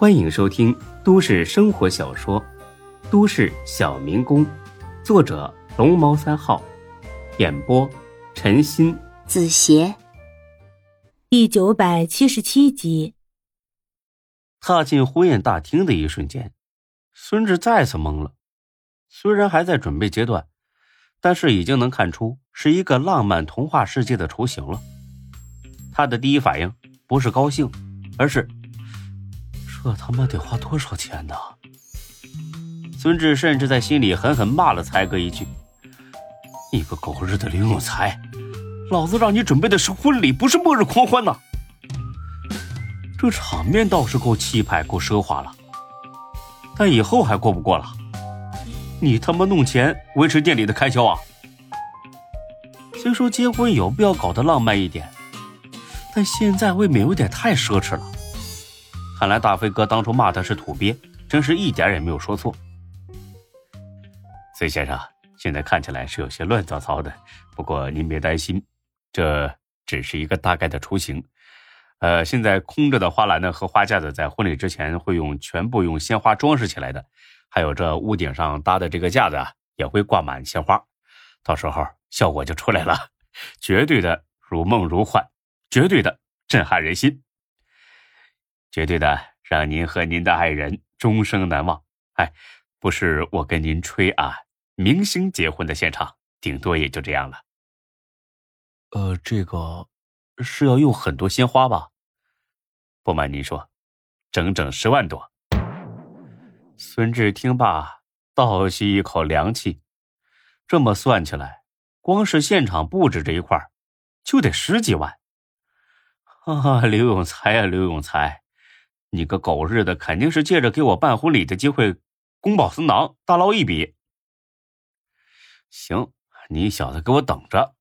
欢迎收听都市生活小说《都市小民工》，作者龙猫3号，演播陈鑫、 子邪。 第977集。 踏进婚宴大厅的一瞬间，孙志再次懵了。虽然还在准备阶段，但是已经能看出是一个浪漫童话世界的雏形了。他的第一反应不是高兴，而是这他妈得花多少钱呢？孙志甚至在心里狠狠骂了才哥一句：你个狗日的刘永才，老子让你准备的是婚礼，不是末日狂欢呐！这场面倒是够气派够奢华了，但以后还过不过了？你他妈弄钱维持店里的开销啊！虽说结婚有必要搞得浪漫一点，但现在未免有点太奢侈了。看来大飞哥当初骂他是土鳖，真是一点也没有说错。崔先生，现在看起来是有些乱糟糟的，不过您别担心，这只是一个大概的雏形。现在空着的花篮呢和花架子在婚礼之前会全部用鲜花装饰起来的，还有这屋顶上搭的这个架子啊，也会挂满鲜花，到时候效果就出来了，绝对的如梦如幻，绝对的震撼人心，绝对的让您和您的爱人终生难忘。不是我跟您吹啊，明星结婚的现场顶多也就这样了。这个是要用很多鲜花吧？不瞒您说，整整10万多。孙志听罢倒吸一口凉气，这么算起来，光是现场布置这一块就得10几万。刘永才啊，刘永才，你个狗日的，肯定是借着给我办婚礼的机会公报私囊，大捞一笔。行，你小子给我等着。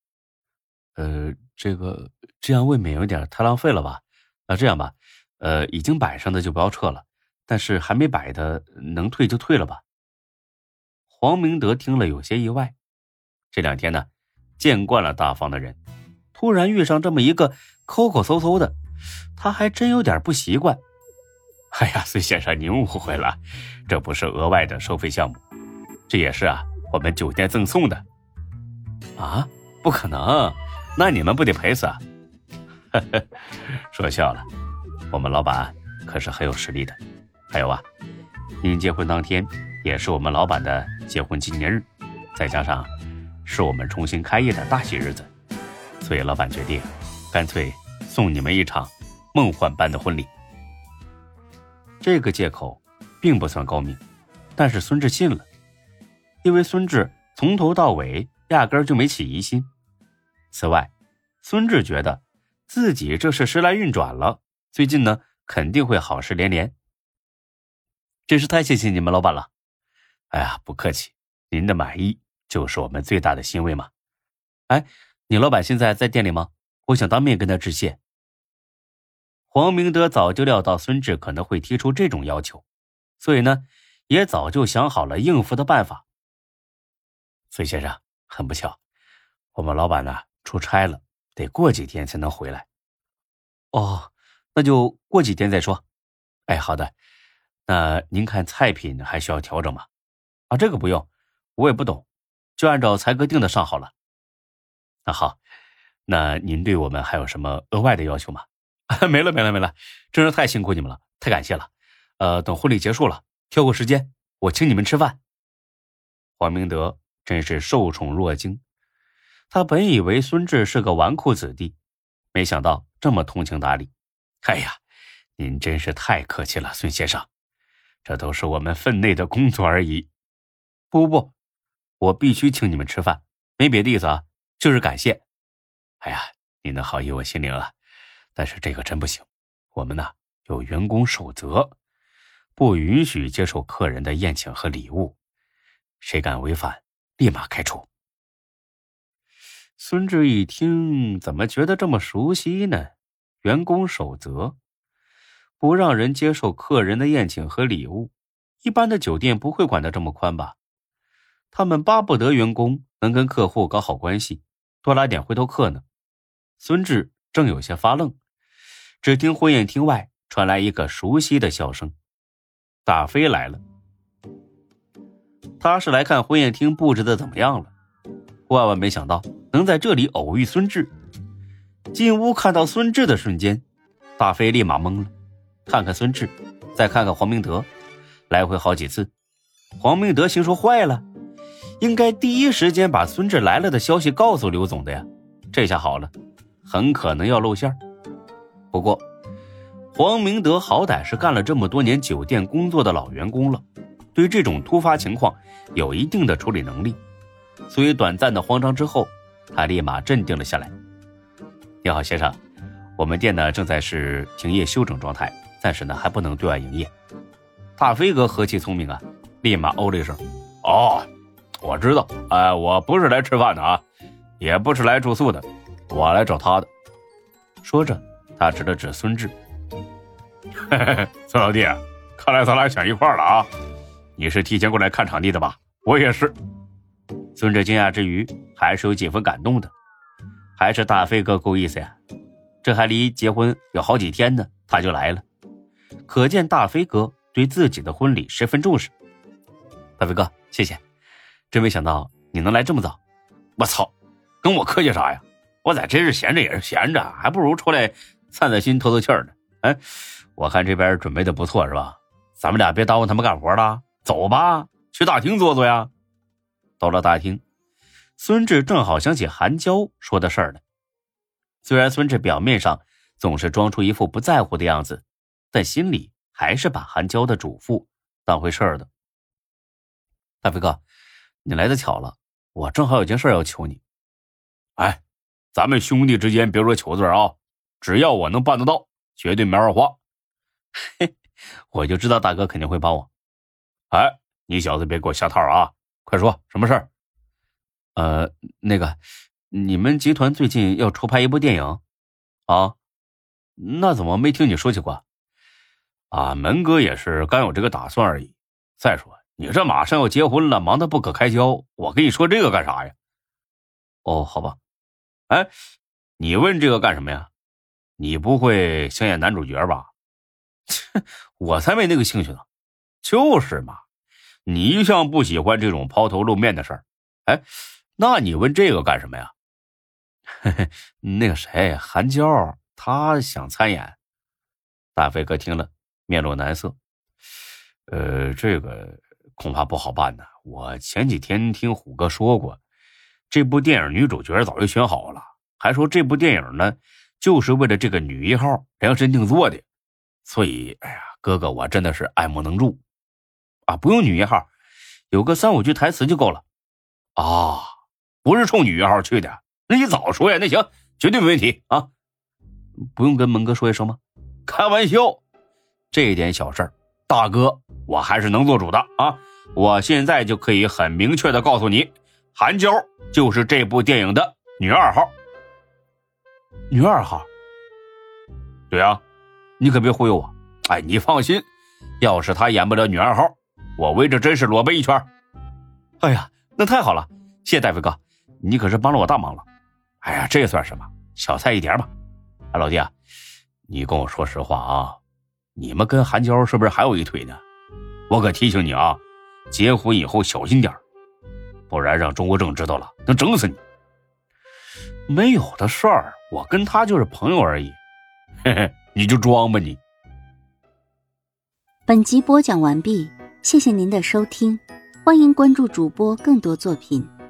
这样未免有点太浪费了吧？这样吧，已经摆上的就不要撤了，但是还没摆的能退就退了吧。黄明德听了有些意外，这2天呢，见惯了大方的人，突然遇上这么一个抠抠搜搜的，他还真有点不习惯。哎呀，孙先生您误会了，这不是额外的收费项目，这也是我们酒店赠送的。啊，不可能，那你们不得赔死啊？说笑了，我们老板可是很有实力的。还有您结婚当天也是我们老板的结婚纪念日，再加上是我们重新开业的大喜日子，所以老板决定干脆送你们一场梦幻般的婚礼。这个借口并不算高明，但是孙志信了，因为孙志从头到尾压根就没起疑心。此外，孙志觉得自己这是时来运转了，最近呢肯定会好事连连。真是太谢谢你们老板了。哎呀，不客气，您的满意就是我们最大的欣慰嘛。你老板现在在店里吗？我想当面跟他致谢。黄明德早就料到孙志可能会提出这种要求，所以呢也早就想好了应付的办法。孙先生，很不巧，我们老板呢出差了，得过几天才能回来。那就过几天再说。好的，那您看菜品还需要调整吗？这个不用，我也不懂，就按照才哥定的上好了。那好，那您对我们还有什么额外的要求吗？没了，真是太辛苦你们了，太感谢了。等婚礼结束了，挑个时间我请你们吃饭。黄明德真是受宠若惊，他本以为孙志是个纨绔子弟，没想到这么通情达理。哎呀，您真是太客气了，孙先生，这都是我们分内的工作而已。不，我必须请你们吃饭，没别的意思就是感谢。哎呀，您的好意我心领了，但是这个真不行，我们有员工守则，不允许接受客人的宴请和礼物，谁敢违反立马开除。孙志一听，怎么觉得这么熟悉呢？员工守则，不让人接受客人的宴请和礼物，一般的酒店不会管得这么宽吧？他们巴不得员工能跟客户搞好关系，多拉点回头客呢。孙志正有些发愣，只听婚宴厅外传来一个熟悉的笑声， 大飞来了。他是来看婚宴厅布置的怎么样了，万万没想到能在这里偶遇孙志。进屋看到孙志的瞬间，大飞立马懵了，看看孙志，再看看黄明德，来回好几次。黄明德心说坏了，应该第一时间把孙志来了的消息告诉刘总的呀，这下好了，很可能要露馅。不过黄明德好歹是干了这么多年酒店工作的老员工了，对这种突发情况有一定的处理能力，所以短暂的慌张之后，他立马镇定了下来。你好先生，我们店呢正在是停业休整状态，暂时呢还不能对外营业。大飞哥和气聪明啊，立马哦了一声，哦，我知道，我不是来吃饭的啊，也不是来住宿的，我来找他的。说着他指了指孙志，嘿嘿嘿，孙老弟，看来咱俩想一块了啊，你是提前过来看场地的吧？我也是。孙志惊讶之余还是有几分感动的，还是大飞哥够意思呀，这还离结婚有好几天呢，他就来了，可见大飞哥对自己的婚礼十分重视。大飞哥谢谢，真没想到你能来这么早。我操，跟我客气啥呀，我在真是闲着也是闲着，还不如出来散散心透透气儿呢。我看这边准备的不错是吧，咱们俩别耽误他们干活了，走吧，去大厅坐坐呀。到了大厅，孙志正好想起韩娇说的事儿来。虽然孙志表面上总是装出一副不在乎的样子，但心里还是把韩娇的嘱咐当回事儿的。大飞哥，你来的巧了，我正好有件事要求你。咱们兄弟之间别说求字啊，只要我能办得到，绝对没二话。嘿，我就知道大哥肯定会帮我。你小子别给我下套啊，快说什么事儿？那个你们集团最近要筹拍一部电影啊？那怎么没听你说起过？门哥也是刚有这个打算而已。再说你这马上要结婚了，忙得不可开交，我跟你说这个干啥呀？哦，好吧。你问这个干什么呀？你不会想演男主角吧？我才没那个兴趣呢。就是嘛，你一向不喜欢这种抛头露面的事儿。那你问这个干什么呀？那个谁，韩娇，她想参演。大飞哥听了，面露难色。这个恐怕不好办呢。我前几天听虎哥说过，这部电影女主角早就选好了，还说这部电影呢，就是为了这个女一号量身定做的。所以，哥哥我真的是爱莫能助。不用女一号，有个3-5句台词就够了。不是冲女一号去的，那你早说呀，那行，绝对没问题啊。不用跟门哥说一声吗？开玩笑，这点小事儿，大哥我还是能做主的啊。我现在就可以很明确的告诉你，韩娇就是这部电影的女2号。女2号？对啊，你可别忽悠我。你放心，要是她演不了女2号，我为这真是裸奔一圈。那太好了，谢谢大飞哥，你可是帮了我大忙了。这算什么，小菜一碟吧。老弟啊，你跟我说实话啊，你们跟韩娇是不是还有一腿呢？我可提醒你啊，结婚以后小心点，不然让中国政知道了能整死你。没有的事儿，我跟他就是朋友而已。你就装吧你。 本集播讲完毕，谢谢您的收听，欢迎关注主播更多作品。